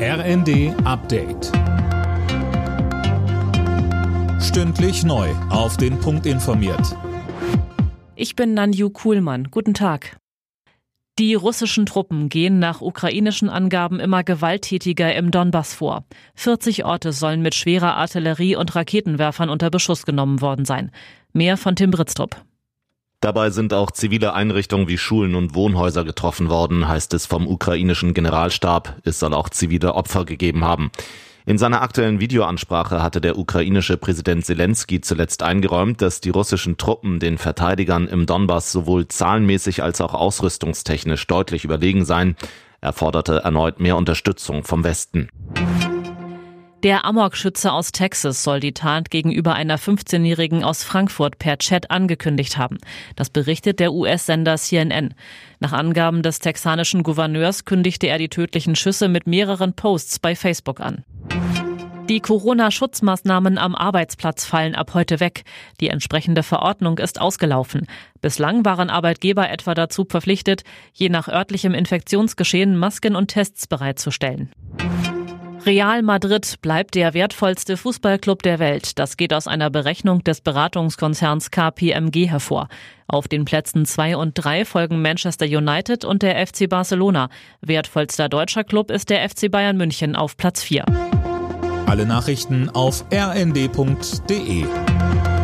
RND Update. Stündlich neu auf den Punkt informiert. Ich bin Nanju Kuhlmann. Guten Tag. Die russischen Truppen gehen nach ukrainischen Angaben immer gewalttätiger im Donbass vor. 40 Orte sollen mit schwerer Artillerie und Raketenwerfern unter Beschuss genommen worden sein. Mehr von Tim Britztrup. Dabei sind auch zivile Einrichtungen wie Schulen und Wohnhäuser getroffen worden, heißt es vom ukrainischen Generalstab. Es soll auch zivile Opfer gegeben haben. In seiner aktuellen Videoansprache hatte der ukrainische Präsident Zelensky zuletzt eingeräumt, dass die russischen Truppen den Verteidigern im Donbass sowohl zahlenmäßig als auch ausrüstungstechnisch deutlich überlegen seien. Er forderte erneut mehr Unterstützung vom Westen. Der Amokschütze aus Texas soll die Tat gegenüber einer 15-Jährigen aus Frankfurt per Chat angekündigt haben. Das berichtet der US-Sender CNN. Nach Angaben des texanischen Gouverneurs kündigte er die tödlichen Schüsse mit mehreren Posts bei Facebook an. Die Corona-Schutzmaßnahmen am Arbeitsplatz fallen ab heute weg. Die entsprechende Verordnung ist ausgelaufen. Bislang waren Arbeitgeber etwa dazu verpflichtet, je nach örtlichem Infektionsgeschehen Masken und Tests bereitzustellen. Real Madrid bleibt der wertvollste Fußballclub der Welt. Das geht aus einer Berechnung des Beratungskonzerns KPMG hervor. Auf den Plätzen 2 und 3 folgen Manchester United und der FC Barcelona. Wertvollster deutscher Club ist der FC Bayern München auf Platz 4. Alle Nachrichten auf rnd.de.